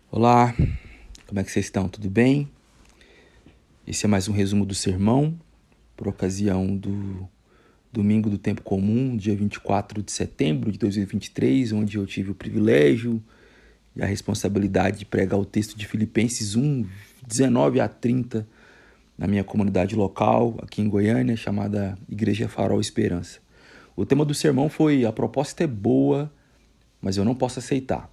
Olá, como é que vocês estão? Tudo bem? Esse é mais um resumo do sermão, por ocasião do Domingo do Tempo Comum, dia 24 de setembro de 2023, onde eu tive o privilégio e a responsabilidade de pregar o texto de Filipenses 1, 19 a 30, na minha comunidade local, aqui em Goiânia, chamada Igreja Farol Esperança. O tema do sermão foi: a proposta é boa, mas eu não posso aceitar.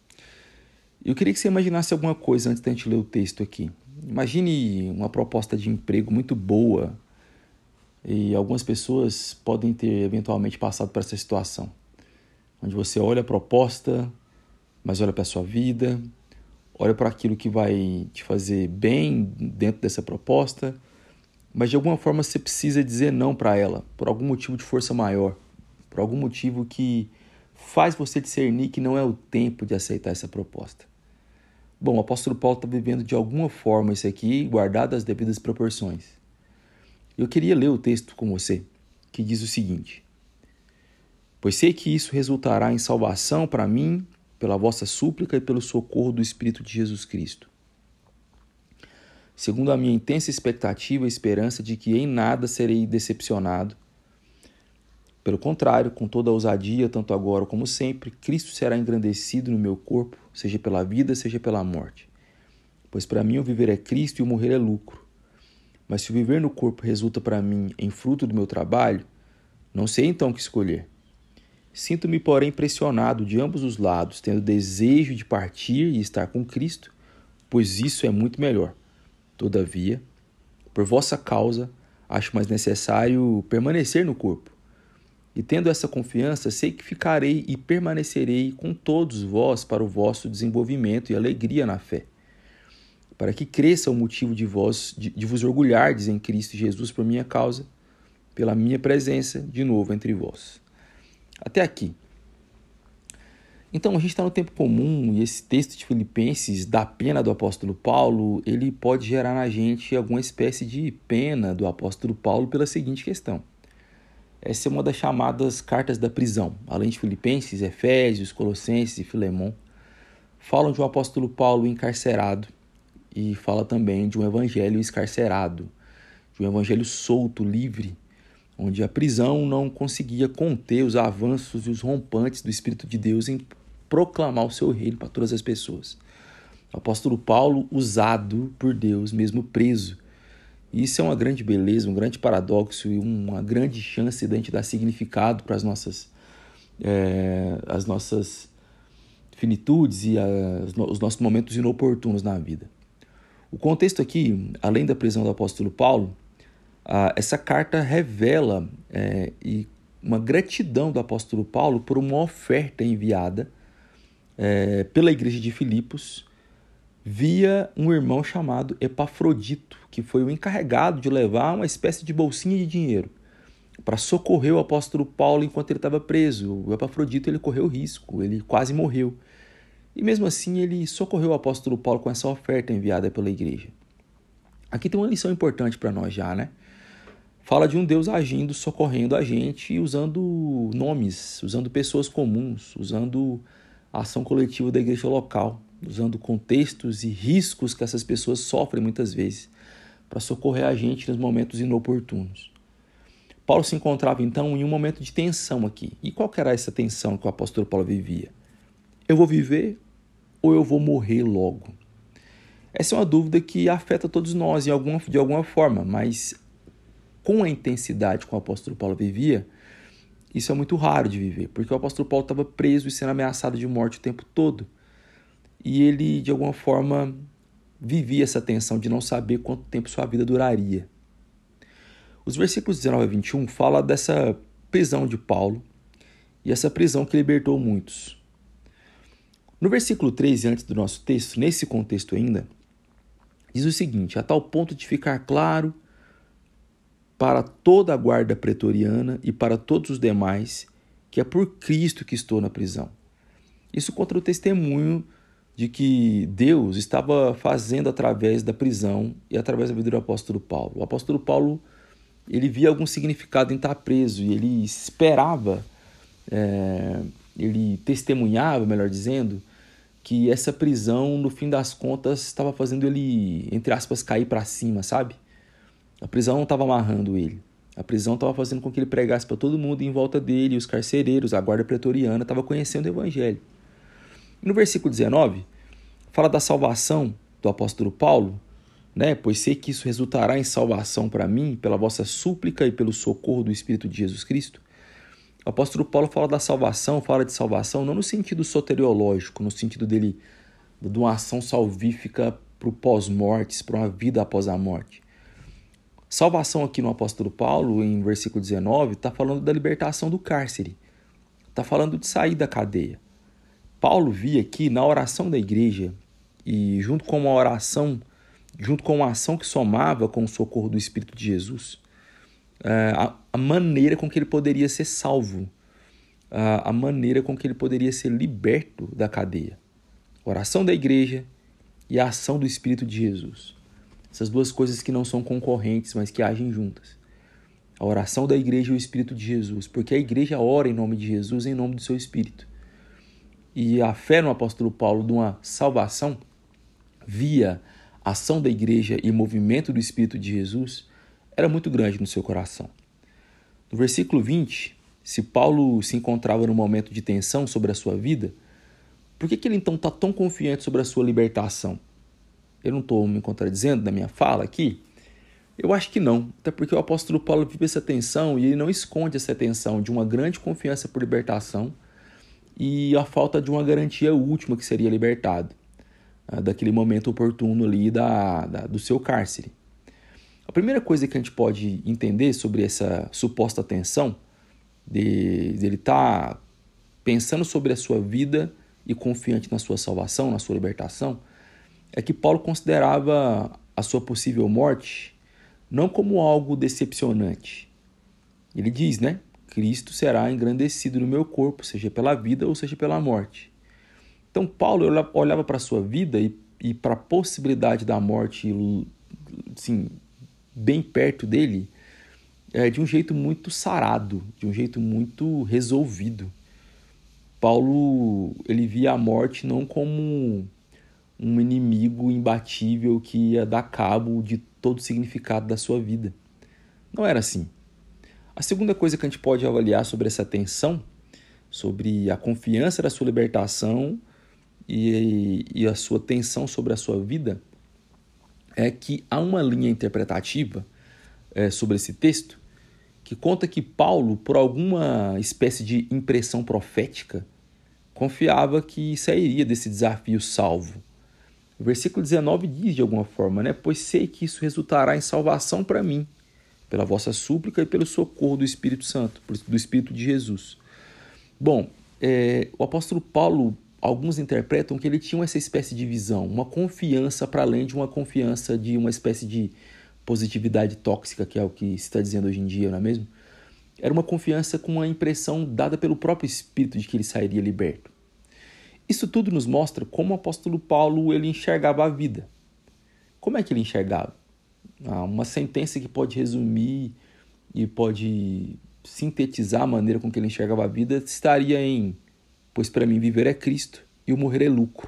Eu queria que você imaginasse alguma coisa antes da gente ler o texto aqui. Imagine uma proposta de emprego muito boa, e algumas pessoas podem ter eventualmente passado por essa situação, onde você olha a proposta, mas olha para a sua vida, olha para aquilo que vai te fazer bem dentro dessa proposta, mas de alguma forma você precisa dizer não para ela, por algum motivo de força maior, por algum motivo que faz você discernir que não é o tempo de aceitar essa proposta. Bom, o apóstolo Paulo está vivendo de alguma forma isso aqui, guardado as devidas proporções. Eu queria ler o texto com você, que diz o seguinte: pois sei que isso resultará em salvação para mim, pela vossa súplica e pelo socorro do Espírito de Jesus Cristo. Segundo a minha intensa expectativa e esperança de que em nada serei decepcionado. Pelo contrário, com toda a ousadia, tanto agora como sempre, Cristo será engrandecido no meu corpo, seja pela vida, seja pela morte. Pois para mim o viver é Cristo e o morrer é lucro. Mas se o viver no corpo resulta para mim em fruto do meu trabalho, não sei então o que escolher. Sinto-me, porém, pressionado de ambos os lados, tendo desejo de partir e estar com Cristo, pois isso é muito melhor. Todavia, por vossa causa, acho mais necessário permanecer no corpo. E tendo essa confiança, sei que ficarei e permanecerei com todos vós para o vosso desenvolvimento e alegria na fé, para que cresça o motivo de vos orgulhardes em Cristo Jesus por minha causa, pela minha presença de novo entre vós. Até aqui. Então, a gente está no tempo comum e esse texto de Filipenses, da pena do apóstolo Paulo, ele pode gerar na gente alguma espécie de pena do apóstolo Paulo pela seguinte questão. Essa é uma das chamadas cartas da prisão. Além de Filipenses, Efésios, Colossenses e Filemon, falam de um apóstolo Paulo encarcerado e fala também de um evangelho escarcerado, de um evangelho solto, livre, onde a prisão não conseguia conter os avanços e os rompantes do Espírito de Deus em proclamar o seu reino para todas as pessoas. O apóstolo Paulo usado por Deus, mesmo preso. Isso é uma grande beleza, um grande paradoxo e uma grande chance de a gente dar significado para as nossas finitudes e os nossos momentos inoportunos na vida. O contexto aqui, além da prisão do apóstolo Paulo, essa carta revela uma gratidão do apóstolo Paulo por uma oferta enviada pela igreja de Filipos via um irmão chamado Epafrodito, que foi o encarregado de levar uma espécie de bolsinha de dinheiro para socorrer o apóstolo Paulo enquanto ele estava preso. O Epafrodito ele correu risco, ele quase morreu. E mesmo assim ele socorreu o apóstolo Paulo com essa oferta enviada pela igreja. Aqui tem uma lição importante para nós já, né? Fala de um Deus agindo, socorrendo a gente, usando nomes, usando pessoas comuns, usando a ação coletiva da igreja local, usando contextos e riscos que essas pessoas sofrem muitas vezes para socorrer a gente nos momentos inoportunos. Paulo se encontrava então em um momento de tensão aqui. E qual que era essa tensão que o apóstolo Paulo vivia? Eu vou viver ou eu vou morrer logo? Essa é uma dúvida que afeta todos nós de alguma forma, mas com a intensidade que o apóstolo Paulo vivia, isso é muito raro de viver, porque o apóstolo Paulo estava preso e sendo ameaçado de morte o tempo todo. E ele, de alguma forma, vivia essa tensão de não saber quanto tempo sua vida duraria. Os versículos 19 a 21 falam dessa prisão de Paulo e essa prisão que libertou muitos. No versículo 13, antes do nosso texto, nesse contexto ainda, diz o seguinte: a tal ponto de ficar claro para toda a guarda pretoriana e para todos os demais que é por Cristo que estou na prisão. Isso contra o testemunho de que Deus estava fazendo através da prisão e através da vida do apóstolo Paulo. O apóstolo Paulo ele via algum significado em estar preso e ele esperava, ele testemunhava, melhor dizendo, que essa prisão, no fim das contas, estava fazendo ele, entre aspas, cair para cima, sabe? A prisão não estava amarrando ele. A prisão estava fazendo com que ele pregasse para todo mundo em volta dele, os carcereiros, a guarda pretoriana, estava conhecendo o evangelho. E no versículo 19, fala da salvação do apóstolo Paulo, né? Pois sei que isso resultará em salvação para mim, pela vossa súplica e pelo socorro do Espírito de Jesus Cristo. O apóstolo Paulo fala da salvação, fala de salvação não no sentido soteriológico, no sentido dele, de uma ação salvífica para o pós-mortes, para uma vida após a morte. Salvação aqui no apóstolo Paulo, em versículo 19, está falando da libertação do cárcere, está falando de sair da cadeia. Paulo via aqui na oração da igreja, e junto com uma ação que somava com o socorro do Espírito de Jesus, a maneira com que ele poderia ser salvo, a maneira com que ele poderia ser liberto da cadeia. A oração da igreja e a ação do Espírito de Jesus. Essas duas coisas que não são concorrentes, mas que agem juntas. A oração da igreja e o Espírito de Jesus, porque a igreja ora em nome de Jesus, em nome do seu Espírito. E a fé no apóstolo Paulo de uma salvação via ação da igreja e movimento do Espírito de Jesus era muito grande no seu coração. No versículo 20, se Paulo se encontrava num momento de tensão sobre a sua vida, por que ele então está tão confiante sobre a sua libertação? Eu não estou me contradizendo na minha fala aqui? Eu acho que não, até porque o apóstolo Paulo vive essa tensão e ele não esconde essa tensão de uma grande confiança por libertação e a falta de uma garantia última que seria libertado, daquele momento oportuno ali do seu cárcere. A primeira coisa que a gente pode entender sobre essa suposta tensão, dele estar pensando sobre a sua vida e confiante na sua salvação, na sua libertação, é que Paulo considerava a sua possível morte não como algo decepcionante. Ele diz, né? Cristo será engrandecido no meu corpo, seja pela vida ou seja pela morte. Então Paulo olhava para a sua vida e para a possibilidade da morte, assim, bem perto dele, de um jeito muito sarado, de um jeito muito resolvido. Paulo, ele via a morte não como um inimigo imbatível que ia dar cabo de todo o significado da sua vida. Não era assim. A segunda coisa que a gente pode avaliar sobre essa tensão, sobre a confiança da sua libertação e a sua tensão sobre a sua vida, é que há uma linha interpretativa sobre esse texto que conta que Paulo, por alguma espécie de impressão profética, confiava que sairia desse desafio salvo. O versículo 19 diz de alguma forma, né? Pois sei que isso resultará em salvação para mim, pela vossa súplica e pelo socorro do Espírito Santo, do Espírito de Jesus. Bom, o apóstolo Paulo, alguns interpretam que ele tinha essa espécie de visão, uma confiança para além de uma confiança de uma espécie de positividade tóxica, que é o que se está dizendo hoje em dia, não é mesmo? Era uma confiança com uma impressão dada pelo próprio Espírito de que ele sairia liberto. Isso tudo nos mostra como o apóstolo Paulo ele enxergava a vida. Como é que ele enxergava? Uma sentença que pode resumir e pode sintetizar a maneira com que ele enxergava a vida estaria em: pois para mim viver é Cristo e o morrer é lucro.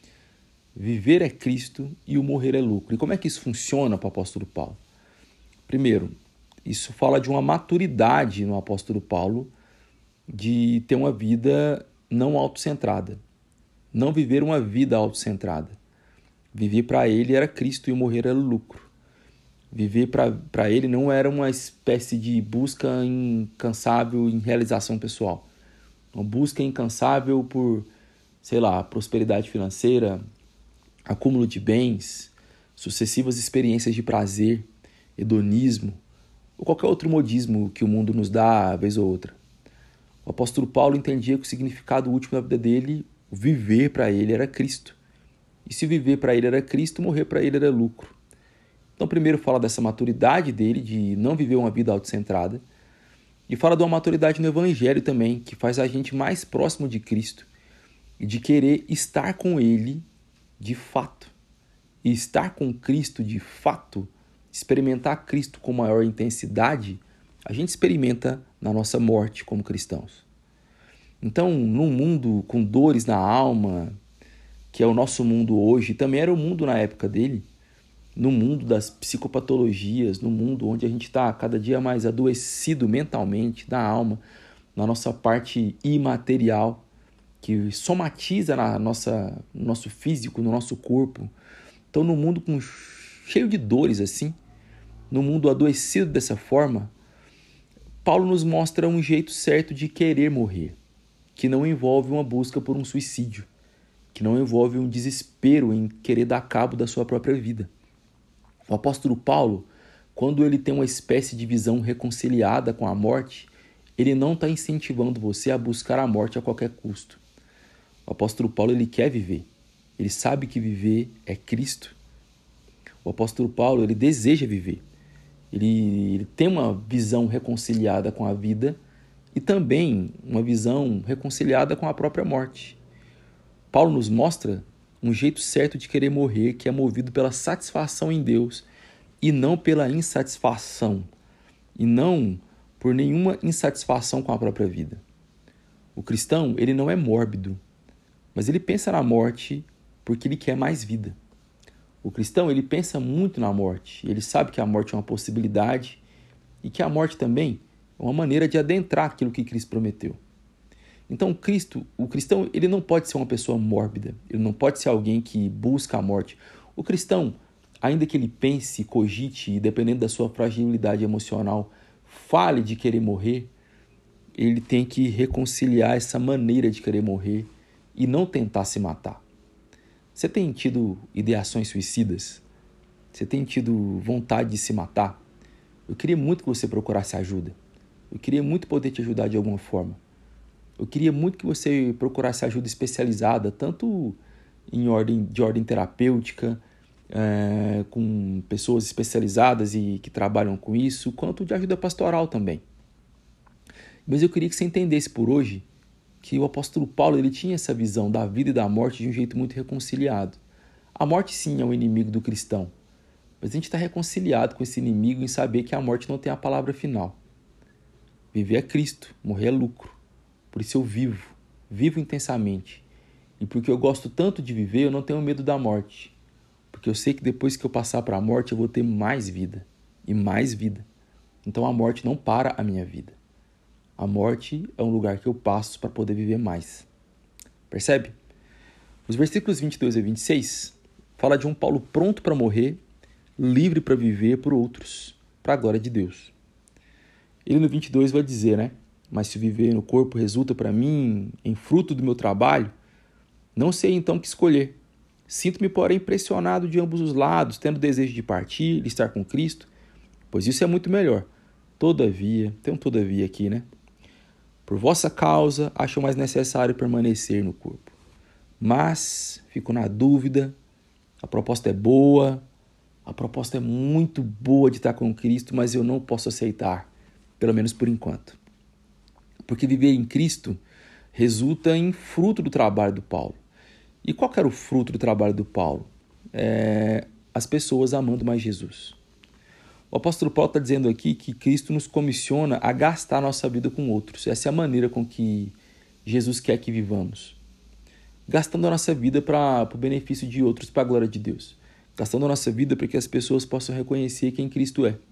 Viver é Cristo e o morrer é lucro. E como é que isso funciona para o apóstolo Paulo? Primeiro, isso fala de uma maturidade no apóstolo Paulo de ter uma vida não autocentrada. Não viver uma vida autocentrada. Viver para ele era Cristo e o morrer era lucro. Viver para ele não era uma espécie de busca incansável em realização pessoal. Uma busca incansável por, prosperidade financeira, acúmulo de bens, sucessivas experiências de prazer, hedonismo, ou qualquer outro modismo que o mundo nos dá, vez ou outra. O apóstolo Paulo entendia que o significado último da vida dele, viver para ele, era Cristo. E se viver para ele era Cristo, morrer para ele era lucro. Então, primeiro fala dessa maturidade dele, de não viver uma vida autocentrada, e fala de uma maturidade no Evangelho também, que faz a gente mais próximo de Cristo, e de querer estar com ele de fato. E estar com Cristo de fato, experimentar Cristo com maior intensidade, a gente experimenta na nossa morte como cristãos. Então, num mundo com dores na alma, que é o nosso mundo hoje, também era o mundo na época dele, no mundo das psicopatologias, no mundo onde a gente está cada dia mais adoecido mentalmente, na alma, na nossa parte imaterial, que somatiza no nosso físico, no nosso corpo. Então, no mundo cheio de dores assim, no mundo adoecido dessa forma, Paulo nos mostra um jeito certo de querer morrer, que não envolve uma busca por um suicídio, que não envolve um desespero em querer dar cabo da sua própria vida. O apóstolo Paulo, quando ele tem uma espécie de visão reconciliada com a morte, ele não está incentivando você a buscar a morte a qualquer custo. O apóstolo Paulo, ele quer viver. Ele sabe que viver é Cristo. O apóstolo Paulo, ele deseja viver. Ele tem uma visão reconciliada com a vida e também uma visão reconciliada com a própria morte. Paulo nos mostra um jeito certo de querer morrer, que é movido pela satisfação em Deus e não pela insatisfação, e não por nenhuma insatisfação com a própria vida. O cristão, ele não é mórbido, mas ele pensa na morte porque ele quer mais vida. O cristão, ele pensa muito na morte, ele sabe que a morte é uma possibilidade e que a morte também é uma maneira de adentrar aquilo que Cristo prometeu. Então, o cristão, ele não pode ser uma pessoa mórbida, ele não pode ser alguém que busca a morte. O cristão, ainda que ele pense, cogite, e dependendo da sua fragilidade emocional, fale de querer morrer, ele tem que reconciliar essa maneira de querer morrer e não tentar se matar. Você tem tido ideações suicidas? Você tem tido vontade de se matar? Eu queria muito que você procurasse ajuda. Eu queria muito poder te ajudar de alguma forma. Eu queria muito que você procurasse ajuda especializada, tanto de ordem terapêutica, com pessoas especializadas e que trabalham com isso, quanto de ajuda pastoral também. Mas eu queria que você entendesse por hoje que o apóstolo Paulo, ele tinha essa visão da vida e da morte de um jeito muito reconciliado. A morte, sim, é um inimigo do cristão, mas a gente está reconciliado com esse inimigo em saber que a morte não tem a palavra final. Viver é Cristo, morrer é lucro. Por isso eu vivo intensamente. E porque eu gosto tanto de viver, eu não tenho medo da morte. Porque eu sei que depois que eu passar para a morte, eu vou ter mais vida e mais vida. Então a morte não para a minha vida. A morte é um lugar que eu passo para poder viver mais. Percebe? Os versículos 22 a 26 fala de um Paulo pronto para morrer, livre para viver por outros, para a glória de Deus. Ele no 22 vai dizer, mas se viver no corpo resulta para mim em fruto do meu trabalho, não sei então o que escolher. Sinto-me, porém, pressionado de ambos os lados, tendo desejo de partir, de estar com Cristo, pois isso é muito melhor. Todavia, tem um todavia aqui, por vossa causa, acho mais necessário permanecer no corpo. Mas fico na dúvida, a proposta é boa, a proposta é muito boa de estar com Cristo, mas eu não posso aceitar, pelo menos por enquanto. Porque viver em Cristo resulta em fruto do trabalho do Paulo. E qual que era o fruto do trabalho do Paulo? As pessoas amando mais Jesus. O apóstolo Paulo está dizendo aqui que Cristo nos comissiona a gastar a nossa vida com outros. Essa é a maneira com que Jesus quer que vivamos. Gastando a nossa vida para o benefício de outros, para a glória de Deus. Gastando a nossa vida para que as pessoas possam reconhecer quem Cristo é.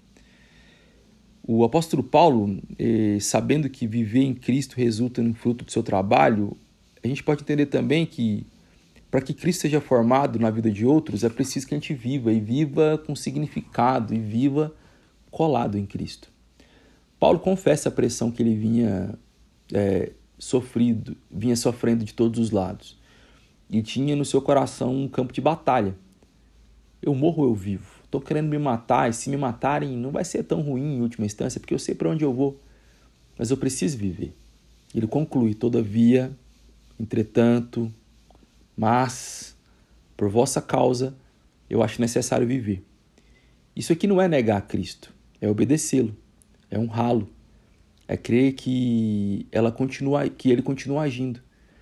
O apóstolo Paulo, sabendo que viver em Cristo resulta no fruto do seu trabalho, a gente pode entender também que para que Cristo seja formado na vida de outros, é preciso que a gente viva, e viva com significado, e viva colado em Cristo. Paulo confessa a pressão que ele vinha sofrendo de todos os lados. E tinha no seu coração um campo de batalha. Eu morro ou eu vivo? Estou querendo me matar, e se me matarem não vai ser tão ruim em última instância, porque eu sei para onde eu vou. Mas eu preciso viver. Ele conclui, todavia, entretanto, mas, por vossa causa, eu acho necessário viver. Isso aqui não é negar a Cristo, é obedecê-lo, é honrá-lo, é crer que ele continua agindo,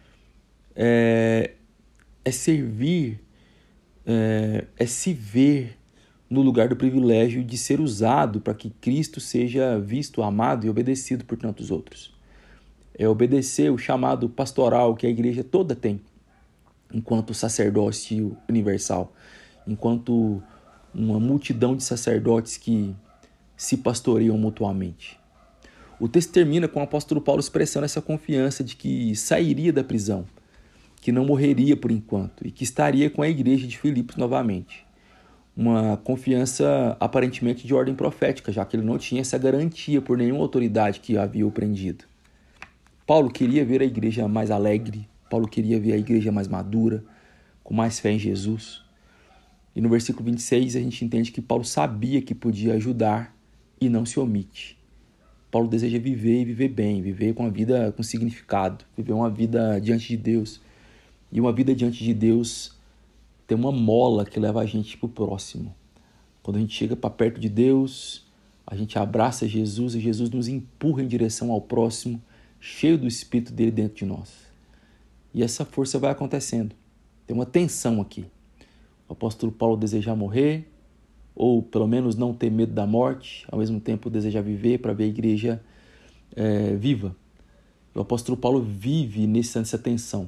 é servir, é se ver no lugar do privilégio de ser usado para que Cristo seja visto, amado e obedecido por tantos outros. É obedecer o chamado pastoral que a igreja toda tem. enquanto sacerdócio universal, enquanto uma multidão de sacerdotes que se pastoreiam mutuamente. O texto termina com o apóstolo Paulo expressando essa confiança de que sairia da prisão, que não morreria por enquanto e que estaria com a igreja de Filipos novamente. Uma confiança aparentemente de ordem profética, já que ele não tinha essa garantia por nenhuma autoridade que havia o prendido. Paulo queria ver a igreja mais alegre, Paulo queria ver a igreja mais madura, com mais fé em Jesus. E no versículo 26 a gente entende que Paulo sabia que podia ajudar e não se omite. Paulo deseja viver e viver bem, viver com uma vida com significado, viver uma vida diante de Deus. E uma vida diante de Deus tem uma mola que leva a gente para o próximo. Quando a gente chega para perto de Deus, a gente abraça Jesus e Jesus nos empurra em direção ao próximo, cheio do Espírito dele dentro de nós. E essa força vai acontecendo. Tem uma tensão aqui. O apóstolo Paulo deseja morrer, ou pelo menos não ter medo da morte, ao mesmo tempo deseja viver para ver a igreja viva. O apóstolo Paulo vive nessa tensão.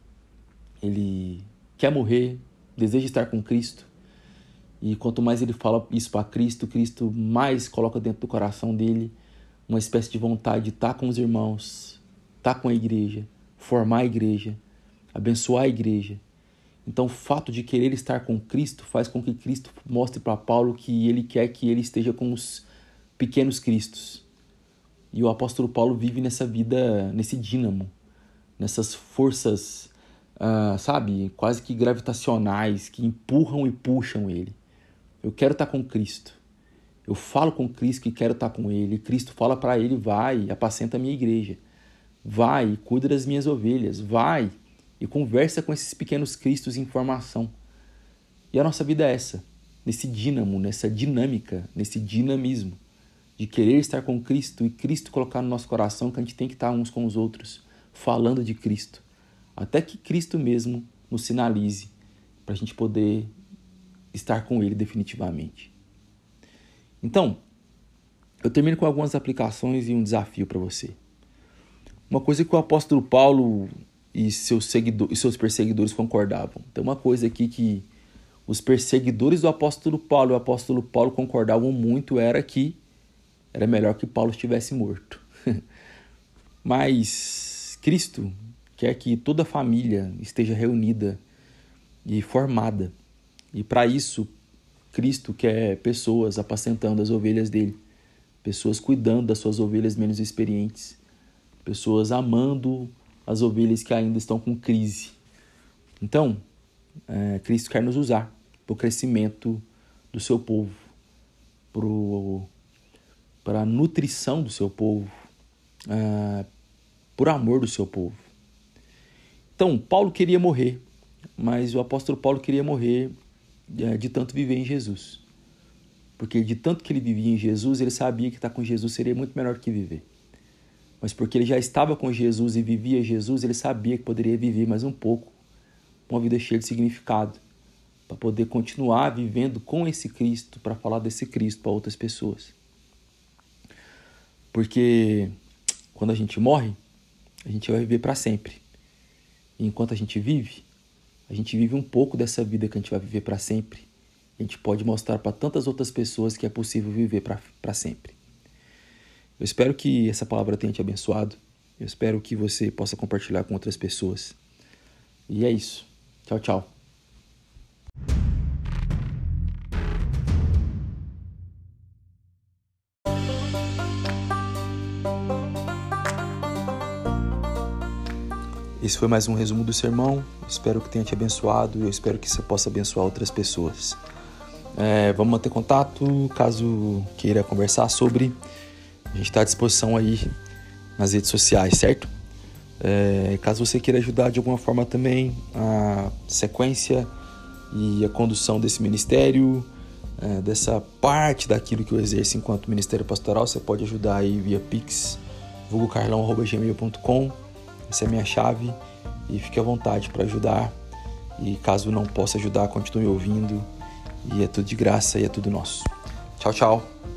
Ele quer morrer, deseja estar com Cristo, e quanto mais ele fala isso para Cristo, Cristo mais coloca dentro do coração dele uma espécie de vontade de estar com os irmãos, estar com a igreja, formar a igreja, abençoar a igreja. Então o fato de querer estar com Cristo faz com que Cristo mostre para Paulo que ele quer que ele esteja com os pequenos cristos. E o apóstolo Paulo vive nessa vida, nesse dínamo, nessas forças, quase que gravitacionais, que empurram e puxam ele. Eu quero estar com Cristo. Eu falo com Cristo que quero estar com ele. E Cristo fala para ele, vai, apacenta a minha igreja. Vai, cuida das minhas ovelhas. Vai e conversa com esses pequenos cristos em formação. E a nossa vida é essa, nesse dínamo, nessa dinâmica, nesse dinamismo de querer estar com Cristo e Cristo colocar no nosso coração que a gente tem que estar uns com os outros, falando de Cristo, até que Cristo mesmo nos sinalize para a gente poder estar com Ele definitivamente. Então, eu termino com algumas aplicações e um desafio para você. Uma coisa que o apóstolo Paulo e seus perseguidores concordavam. Tem uma coisa aqui que os perseguidores do apóstolo Paulo e o apóstolo Paulo concordavam muito, era que era melhor que Paulo estivesse morto. Mas Cristo quer que toda a família esteja reunida e formada. E para isso, Cristo quer pessoas apacentando as ovelhas dele, pessoas cuidando das suas ovelhas menos experientes, pessoas amando as ovelhas que ainda estão com crise. Então, Cristo quer nos usar para o crescimento do seu povo, para a nutrição do seu povo, por amor do seu povo. Então, Paulo queria morrer, mas o apóstolo Paulo queria morrer de tanto viver em Jesus. Porque de tanto que ele vivia em Jesus, ele sabia que estar com Jesus seria muito melhor que viver. Mas porque ele já estava com Jesus e vivia Jesus, ele sabia que poderia viver mais um pouco, uma vida cheia de significado, para poder continuar vivendo com esse Cristo, para falar desse Cristo para outras pessoas. Porque quando a gente morre, a gente vai viver para sempre. E enquanto a gente vive um pouco dessa vida que a gente vai viver para sempre. A gente pode mostrar para tantas outras pessoas que é possível viver para sempre. Eu espero que essa palavra tenha te abençoado. Eu espero que você possa compartilhar com outras pessoas. E é isso. Tchau, tchau. Esse foi mais um resumo do sermão. Espero que tenha te abençoado e eu espero que você possa abençoar outras pessoas. Vamos manter contato, caso queira conversar sobre. A gente está à disposição aí nas redes sociais, certo? Caso você queira ajudar de alguma forma também a sequência e a condução desse ministério, dessa parte daquilo que eu exerço enquanto ministério pastoral, você pode ajudar aí via Pix, vulgocarlão@gmail.com. Essa é a minha chave e fique à vontade para ajudar. E caso não possa ajudar, continue ouvindo. E é tudo de graça e é tudo nosso. Tchau, tchau.